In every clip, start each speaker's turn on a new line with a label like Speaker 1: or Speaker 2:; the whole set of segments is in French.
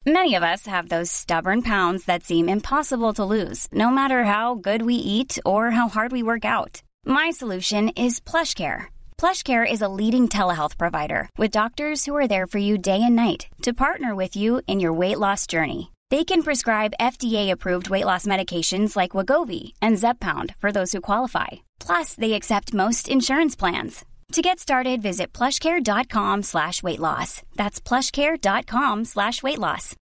Speaker 1: Many of us have those stubborn pounds that seem impossible to lose, no matter how good we eat or how hard we work out. My solution is PlushCare. PlushCare is a leading telehealth provider with doctors who are there for you day and night to partner with you in your weight loss journey. They can prescribe FDA-approved weight loss medications like Wegovy and Zepbound for those who qualify. Plus, they accept most insurance plans. To get started, visit plushcare.com/weightloss. That's plushcare.com/weightloss.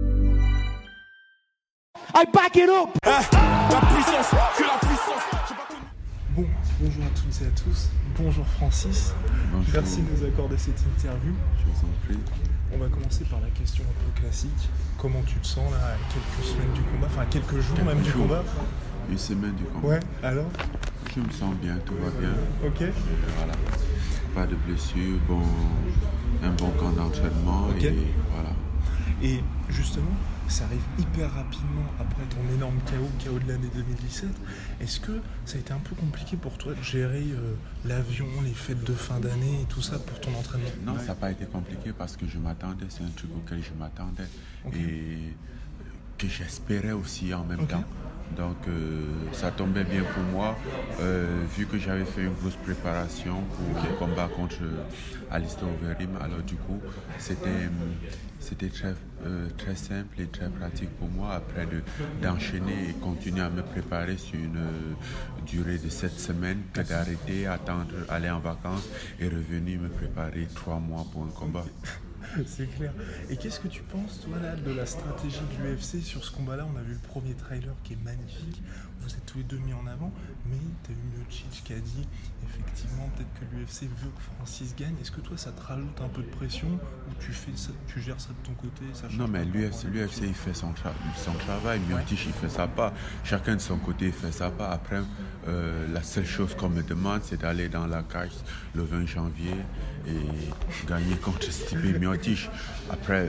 Speaker 2: I back it up.
Speaker 3: La puissance, que la puissance.
Speaker 2: Bonjour à toutes et à tous. Bonjour Francis.
Speaker 4: Bonjour.
Speaker 2: Merci de nous accorder cette interview.
Speaker 4: Je vous en prie.
Speaker 2: On va commencer par la question un peu classique. Comment tu te sens là, à quelques semaines du combat, enfin quelques jours du combat?
Speaker 4: Une semaine du combat.
Speaker 2: Ouais, alors?
Speaker 4: Je me sens bien, tout va bien.
Speaker 2: Ok.
Speaker 4: Voilà. Pas de blessures, un bon camp d'entraînement.
Speaker 2: Ok.
Speaker 4: Et voilà.
Speaker 2: Et justement, ça arrive hyper rapidement après ton énorme chaos de l'année 2017. Est-ce que ça a été un peu compliqué pour toi de gérer l'avion, les fêtes de fin d'année et tout ça pour ton entraînement?
Speaker 4: Non, ça n'a pas été compliqué parce que je m'attendais, c'est un truc auquel je m'attendais.
Speaker 2: Okay.
Speaker 4: Et que j'espérais aussi en même
Speaker 2: Okay.
Speaker 4: temps. Donc ça tombait bien pour moi, vu que j'avais fait une grosse préparation pour le combat contre Alistair Overeem. Alors du coup, c'était très simple et très pratique pour moi après d'enchaîner et continuer à me préparer sur une durée de 7 semaines que d'arrêter, attendre, aller en vacances et revenir me préparer 3 mois pour un combat.
Speaker 2: C'est clair. Et qu'est-ce que tu penses, toi, là, de la stratégie de l'UFC sur ce combat-là? On a vu le premier trailer qui est magnifique. Vous êtes tous les deux mis en avant, mais tu as eu Miocic qui a dit, effectivement, peut-être que l'UFC veut que Francis gagne. Est-ce que toi, ça te rajoute un peu de pression ou tu gères ça de ton côté?
Speaker 4: Non, mais l'UFC il fait son travail. Miocic, il fait sa part. Chacun de son côté, il fait sa part. Après, la seule chose qu'on me demande, c'est d'aller dans la cage le 20 janvier et gagner contre Stipe Miocic. Après,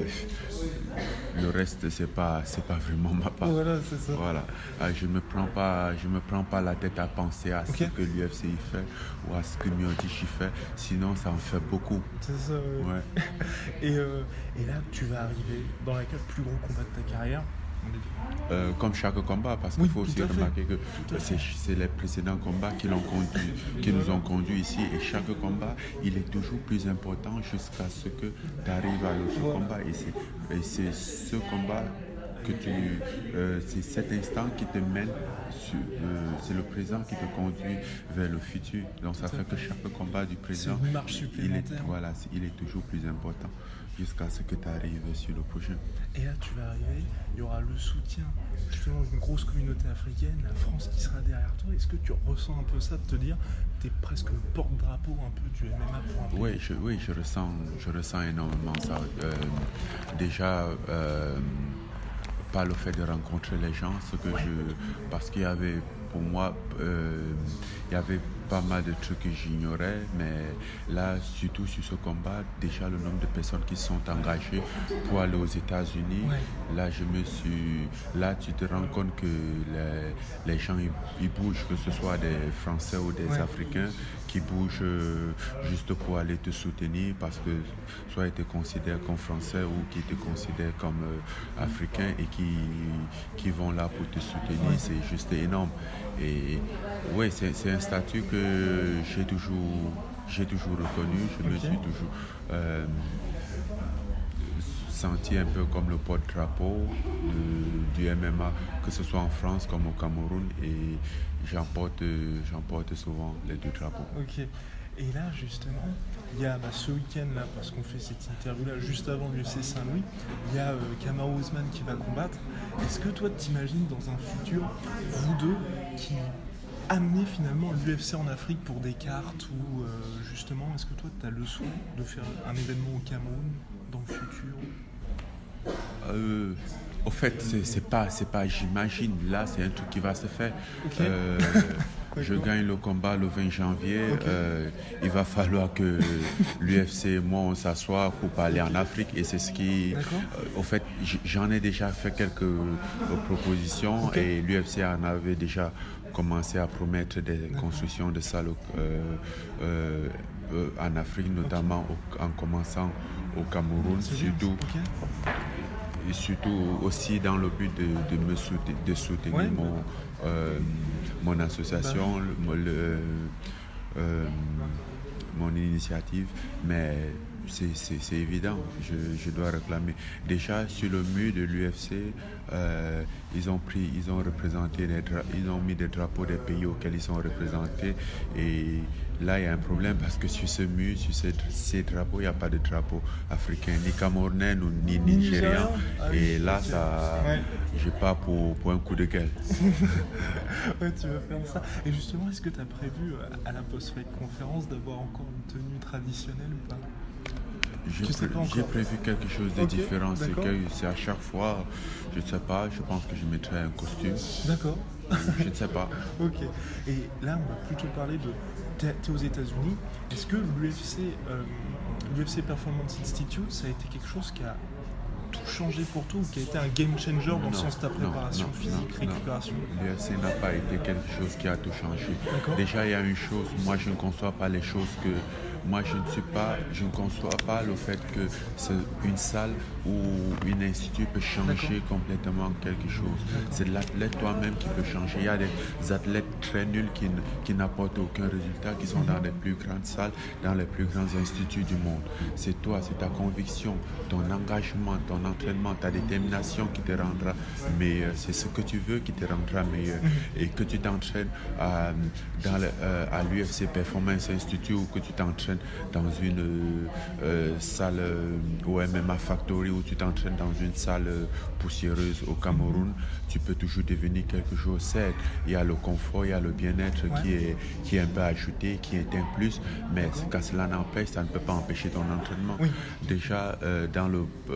Speaker 4: le reste, c'est pas vraiment ma part.
Speaker 2: Voilà, c'est ça.
Speaker 4: Voilà. Je me prends pas la tête à penser à ce que l'UFC il fait ou à ce que Miocic il fait. Sinon, ça en fait beaucoup.
Speaker 2: C'est ça, ouais. Et là, tu vas arriver dans le plus gros combat de ta carrière.
Speaker 4: Comme chaque combat, parce qu'il faut aussi remarquer que c'est les précédents combats qui nous ont conduits ici, et chaque combat il est toujours plus important jusqu'à ce que tu arrives à l'autre combat, et c'est ce combat que c'est cet instant qui te mène c'est le présent qui te conduit vers le futur. Donc ça fait que chaque combat du présent,
Speaker 2: c'est une marche supplémentaire.
Speaker 4: il est toujours plus important jusqu'à ce que tu arrives sur le prochain.
Speaker 2: Et là, tu vas arriver, il y aura le soutien justement d'une grosse communauté africaine, la France qui sera derrière toi. Est-ce que tu ressens un peu ça, de te dire tu es presque le porte-drapeau un peu du MMA pour un pays?
Speaker 4: Oui, je ressens énormément ça. Déjà, par le fait de rencontrer les gens, parce qu'il y avait, pour moi, il y avait pas mal de trucs que j'ignorais, mais là, surtout sur ce combat, déjà le nombre de personnes qui sont engagées pour aller aux États-Unis, là, tu te rends compte que les gens, ils bougent, que ce soit des Français ou des Africains, qui bougent juste pour aller te soutenir, parce que soit ils te considèrent comme Français ou qui te considèrent comme Africain, et qui vont là pour te soutenir. C'est juste énorme. Et oui, c'est un statut que j'ai toujours reconnu. Je me suis toujours senti un peu comme le porte-drapeau du MMA, que ce soit en France comme au Cameroun, et j'emporte souvent les deux drapeaux.
Speaker 2: Ok. Et là, justement, il y a ce week-end, là, parce qu'on fait cette interview-là, juste avant l'UFC Saint-Louis, il y a Kamaru Usman qui va combattre. Est-ce que toi, t'imagines dans un futur, vous deux, qui amenez finalement l'UFC en Afrique pour des cartes, ou justement, est-ce que toi, tu as le souhait de faire un événement au Cameroun dans le futur?
Speaker 4: Au fait, c'est pas j'imagine, là, c'est un truc qui va se faire.
Speaker 2: Okay.
Speaker 4: Je gagne le combat le 20 janvier. Okay. Il va falloir que l'UFC et moi, on s'assoie pour parler en Afrique. Et c'est ce qui... au fait, j'en ai déjà fait quelques propositions. Okay. Et l'UFC en avait déjà commencé à promettre des constructions de salles en Afrique, notamment en commençant au Cameroun, surtout. et surtout aussi dans le but de soutenir mon association, mon initiative, mais c'est évident, je dois réclamer. Déjà sur le mur de l'UFC, ils ont mis des drapeaux des pays auxquels ils sont représentés, et là il y a un problème parce que sur ce mur, sur ces drapeaux, il n'y a pas de drapeau africain, ni camerounais ni nigérien, et là je pars pour un coup de gueule.
Speaker 2: Ouais, tu vas faire ça. Et justement, est-ce que tu as prévu à la post-fight conférence d'avoir encore une tenue traditionnelle ou pas?
Speaker 4: J'ai prévu quelque chose de différent. C'est à chaque fois, je ne sais pas, je pense que je mettrai un costume.
Speaker 2: D'accord.
Speaker 4: Je ne sais pas.
Speaker 2: Ok. Et là, on va plutôt parler de... Tu es aux États-Unis. Est-ce que l'UFC Performance Institute, ça a été quelque chose qui a tout changé pour toi, ou qui a été un game changer dans le sens de ta préparation physique, récupération?
Speaker 4: L'UFC n'a pas été quelque chose qui a tout changé. Déjà, il y a une chose, moi je ne conçois pas les choses que... Moi, je ne conçois pas le fait que une salle ou un institut peut changer complètement quelque chose. C'est l'athlète toi-même qui peut changer. Il y a des athlètes très nuls qui n'apportent aucun résultat, qui sont dans les plus grandes salles, dans les plus grands instituts du monde. C'est toi, c'est ta conviction, ton engagement, ton entraînement, ta détermination qui te rendra meilleur. C'est ce que tu veux qui te rendra meilleur. Et que tu t'entraînes à l'UFC Performance Institute, ou que tu t'entraînes dans une salle au MMA Factory, ou tu t'entraînes dans une salle poussiéreuse au Cameroun, tu peux toujours devenir quelque chose. Certes, il y a le confort, il y a le bien-être qui est un peu ajouté, qui est un plus, mais quand cela n'empêche, ça ne peut pas empêcher ton entraînement. Déjà, dans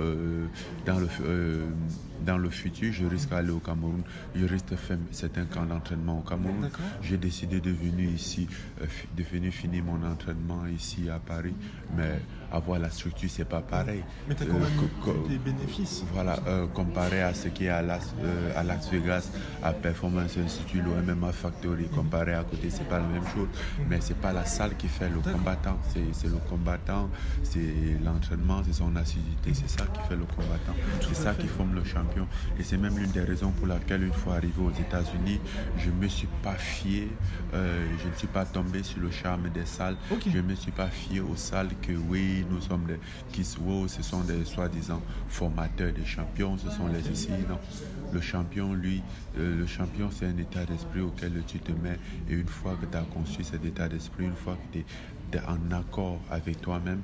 Speaker 4: le futur, je risque d'aller au Cameroun, je risque de faire certains camps d'entraînement au Cameroun. J'ai décidé de venir ici, de venir finir mon entraînement ici à Paris, mais avoir la structure, c'est pas pareil.
Speaker 2: Mais tu as quand même des bénéfices.
Speaker 4: Voilà, comparé à ce qui est à Las Vegas, à Performance Institute, au MMA Factory, comparé à côté, c'est pas la même chose. Mais c'est pas la salle qui fait le combattant, c'est le combattant, c'est l'entraînement, c'est son assiduité, c'est ça qui fait le combattant, c'est ça qui forme le champion. Et c'est même l'une des raisons pour laquelle, une fois arrivé aux États-Unis, je me suis pas fié, je ne suis pas tombé sur le charme des salles. Je me suis pas fié aux salles que nous sommes ce sont des soi-disant formateurs des champions, ce sont les ici. Non. Le champion, c'est un état d'esprit auquel tu te mets, et une fois que tu as conçu cet état d'esprit, une fois que tu es en accord avec toi-même,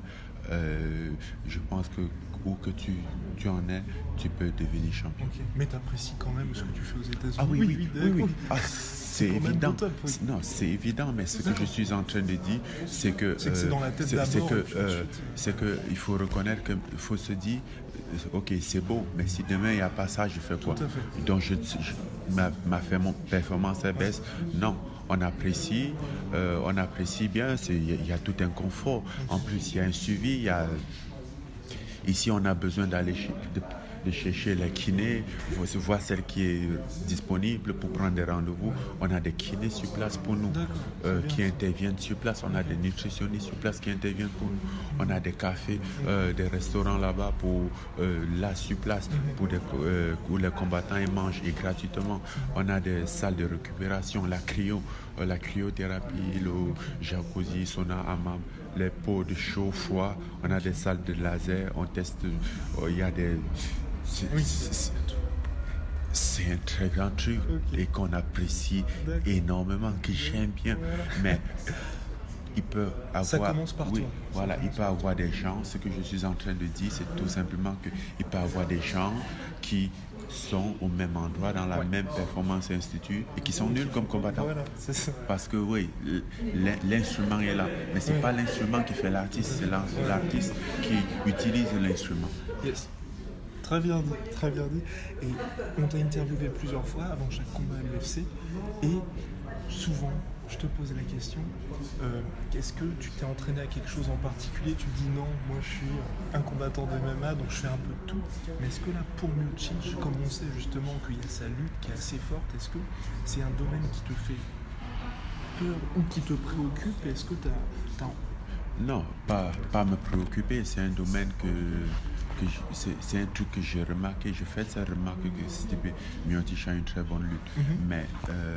Speaker 4: je pense que où que tu en es, tu peux devenir champion.
Speaker 2: Mais tu apprécies quand même ce que tu fais aux États-Unis?
Speaker 4: Ah oui. Ah, c'est évident. Top, non, c'est évident, mais ce que je suis en train de dire, c'est que
Speaker 2: c'est dans la tête d'abord.
Speaker 4: C'est que il faut reconnaître qu'il faut se dire, ok, c'est beau, mais si demain il n'y a pas ça, je fais quoi? Donc ma performance baisse. Non. On apprécie bien, il y a tout un confort. En plus, il y a un suivi. Ici, on a besoin d'aller de chercher les kinés, voir celle qui est disponible pour prendre des rendez-vous. On a des kinés sur place pour nous, qui interviennent sur place. On a des nutritionnistes sur place qui interviennent pour nous. On a des cafés, des restaurants là-bas sur place, où les combattants ils mangent gratuitement. On a des salles de récupération, la cryothérapie, le jacuzzi, sauna, hammam, les pots de chaud, froid. On a des salles de laser, on teste, il y a des... C'est un très grand truc et qu'on apprécie énormément, que j'aime bien. Mais il peut avoir...
Speaker 2: Ça commence par toi.
Speaker 4: Voilà, il peut avoir des gens, ce que je suis en train de dire, c'est tout simplement qu'il peut avoir des gens qui sont au même endroit, dans la même Performance Institute, et qui sont nuls comme combattants.
Speaker 2: Voilà, c'est ça.
Speaker 4: Parce que l'instrument est là, mais c'est pas l'instrument qui fait l'artiste, c'est l'artiste qui utilise l'instrument.
Speaker 2: Yes. Très bien dit, très bien dit. Et on t'a interviewé plusieurs fois avant chaque combat à l'UFC, et souvent je te pose la question, est-ce que tu t'es entraîné à quelque chose en particulier? Tu dis non, moi je suis un combattant de MMA, donc je fais un peu de tout. Mais est-ce que là, pour Miocic, comme on sait justement qu'il y a sa lutte qui est assez forte, est-ce que c'est un domaine qui te fait peur ou qui te préoccupe? Est-ce que t'as...
Speaker 4: Non, pas me préoccuper, c'est un domaine c'est un truc que j'ai remarqué. Je fais cette remarque que Stipe Miocic a une très bonne lutte. Mais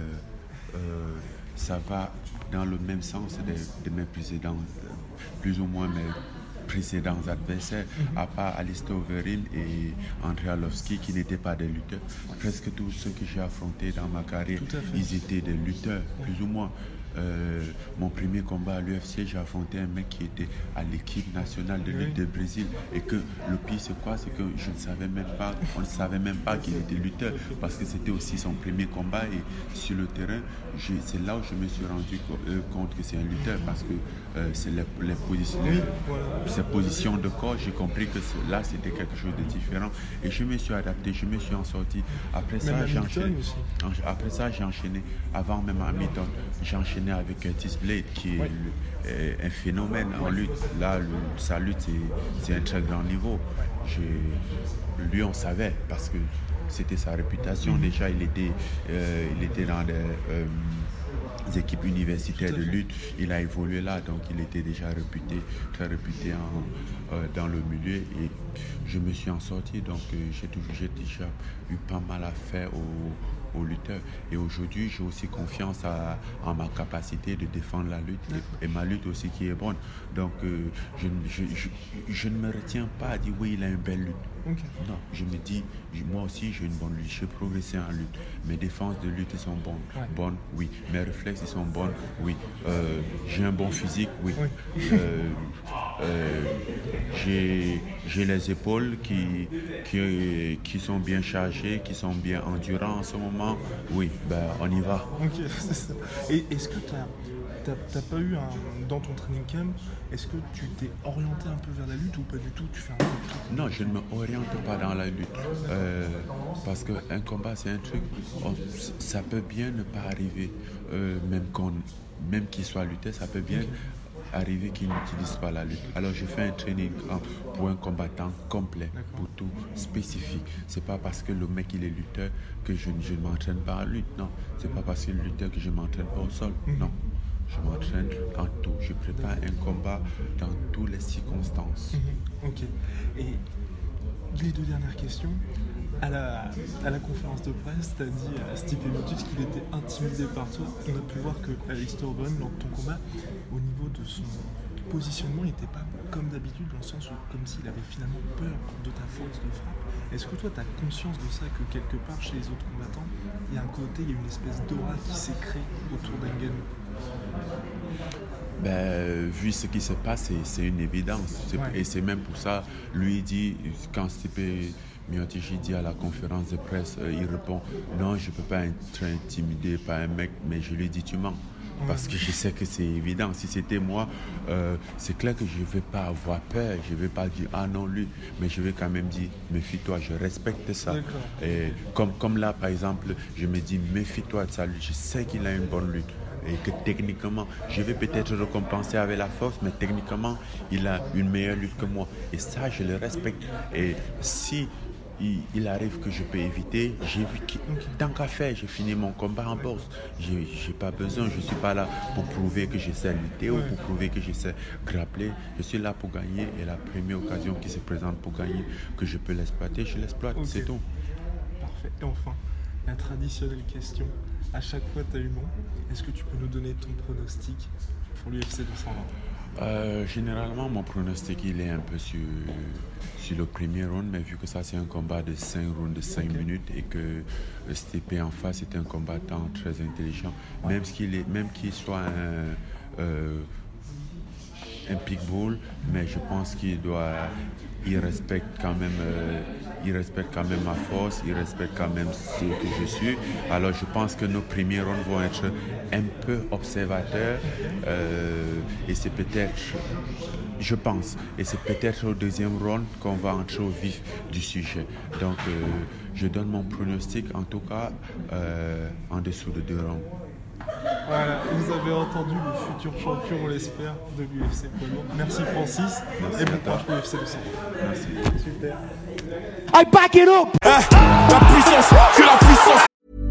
Speaker 4: ça va dans le même sens de mes précédents, plus ou moins mes précédents adversaires, à part Alistair Overeem et Andrei Arlovski qui n'étaient pas des lutteurs. Presque tous ceux que j'ai affrontés dans ma carrière, ils étaient des lutteurs, plus ou moins. Mon premier combat à l'UFC, j'ai affronté un mec qui était à l'équipe nationale de lutte du Brésil, et que le pire c'est quoi, c'est que on ne savait même pas qu'il était lutteur, parce que c'était aussi son premier combat, et sur le terrain, c'est là où je me suis rendu compte que c'est un lutteur, parce que c'est les positions, ses positions de corps, j'ai compris que là c'était quelque chose de différent, et je me suis adapté, je me suis en sorti. Après ça, j'ai enchaîné, avant même Hamilton, j'ai enchaîné avec Curtis Blade, qui est un phénomène en lutte. Là, sa lutte, c'est un très grand niveau. Lui, on savait, parce que c'était sa réputation. Déjà, il était dans des équipes universitaires de lutte. Il a évolué là, donc il était déjà très réputé dans le milieu. Et je me suis en sorti, donc j'ai déjà eu pas mal à faire aux lutteurs. Et aujourd'hui, j'ai aussi confiance en ma capacité de défendre la lutte, et ma lutte aussi qui est bonne. Donc, je ne me retiens pas à dire oui, il a une belle lutte. Non, je me dis, moi aussi, j'ai une bonne lutte. J'ai progressé en lutte. Mes défenses de lutte sont bonnes, oui. Mes réflexes, ils sont bons, oui. J'ai un bon physique, oui. J'ai les épaules qui sont bien chargées, qui sont bien endurantes en ce moment. Oui, on y va.
Speaker 2: Ok, c'est ça. Et est-ce que t'as pas eu dans ton training camp, est-ce que tu t'es orienté un peu vers la lutte ou pas du tout? Tu fais un peu?
Speaker 4: Non, je ne me oriente pas dans la lutte. Parce qu'un combat, c'est un truc, ça peut bien ne pas arriver, même qu'il soit lutteur, ça peut bien arriver qu'il n'utilise pas la lutte. Alors je fais un training pour un combattant complet, pour tout spécifique. C'est pas parce que le mec il est lutteur que je ne m'entraîne pas en lutte, non. C'est pas parce qu'il est lutteur que je ne m'entraîne pas au sol, non. Je m'entraîne en tout. Je prépare un combat dans toutes les circonstances.
Speaker 2: Ok. Et les deux dernières questions. À la conférence de presse, tu as dit à Stipe Miocic qu'il était intimidé par toi. On a pu voir que Alistair Overeem, lors de ton combat, au niveau de son positionnement, il n'était pas comme d'habitude, dans le sens où comme s'il avait finalement peur de ta force de frappe. Est-ce que toi, tu as conscience de ça, que quelque part, chez les autres combattants, il y a un côté, il y a une espèce d'aura qui s'est créée autour d'Ngannou?
Speaker 4: Vu ce qui se passe, c'est une évidence. Et c'est même pour ça, lui dit, quand Stipe Miocic dit à la conférence de presse, il répond « Non, je ne peux pas être intimidé par un mec », mais je lui dis « Tu mens ». Parce que je sais que c'est évident. Si c'était moi, c'est clair que je ne vais pas avoir peur. Je ne vais pas dire « Ah non, lui », mais je vais quand même dire « Méfie-toi, je respecte ça ». Et comme là, par exemple, je me dis « Méfie-toi de sa lutte, je sais qu'il a une bonne lutte ». Et que techniquement, je vais peut-être récompenser avec la force, mais techniquement, il a une meilleure lutte que moi. Et ça, je le respecte. Et si il arrive que je peux éviter, tant qu'à faire, j'ai fini mon combat en boxe. J'ai pas besoin, je suis pas là pour prouver que je sais lutter ou pour prouver que je sais grappler. Je suis là pour gagner, et la première occasion qui se présente pour gagner, que je peux l'exploiter, je l'exploite, c'est tout.
Speaker 2: Parfait. Et enfin, la traditionnelle question. À chaque fois, tu as eu bon. Est-ce que tu peux nous donner ton pronostic pour l'UFC 220?
Speaker 4: Généralement, mon pronostic, il est un peu sur le premier round, mais vu que ça, c'est un combat de 5 rounds de 5 minutes, et que Stipe en face est un combattant très intelligent, même qu'il soit un pitbull, mais je pense il respecte quand même ma force, il respecte quand même ce que je suis. Alors je pense que nos premiers rounds vont être un peu observateurs, et c'est peut-être au deuxième round qu'on va entrer au vif du sujet. Donc je donne mon pronostic, en tout cas en dessous de 2 rounds.
Speaker 2: Voilà, vous avez entendu le futur champion, on l'espère, de l'UFC poids lourd. Merci Francis.
Speaker 4: Merci,
Speaker 2: et bon courage pour l'UFC 200.
Speaker 4: Merci.
Speaker 2: Super.
Speaker 3: I back it up. La puissance, que la puissance.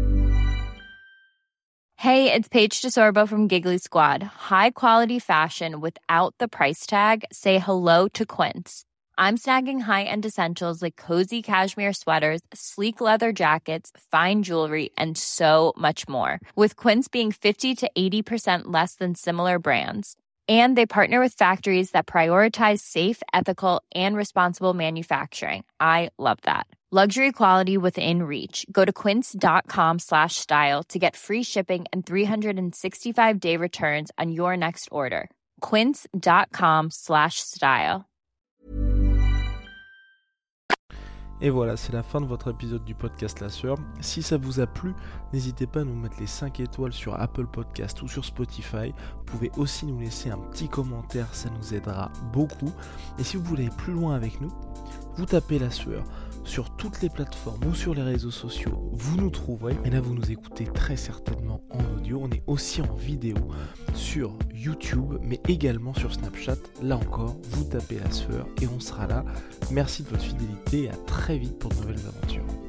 Speaker 5: Hey, it's Paige DeSorbo from Giggly Squad. High quality fashion without the price tag. Say hello to Quince. I'm snagging high-end essentials like cozy cashmere sweaters, sleek leather jackets, fine jewelry, and so much more. With Quince being 50 to 80% less than similar brands. And they partner with factories that prioritize safe, ethical, and responsible manufacturing. I love that. Luxury quality within reach. Go to quince.com/style to get free shipping and 365-day returns on your next order. Quince.com/style.
Speaker 2: Et voilà, c'est la fin de votre épisode du podcast La Sueur. Si ça vous a plu, n'hésitez pas à nous mettre les 5 étoiles sur Apple Podcast ou sur Spotify. Vous pouvez aussi nous laisser un petit commentaire, ça nous aidera beaucoup. Et si vous voulez aller plus loin avec nous, vous tapez La Sueur sur toutes les plateformes ou sur les réseaux sociaux, vous nous trouverez. Et là, vous nous écoutez très certainement en audio. On est aussi en vidéo sur YouTube, mais également sur Snapchat. Là encore, vous tapez La Sueur et on sera là. Merci de votre fidélité et à très vite pour de nouvelles aventures.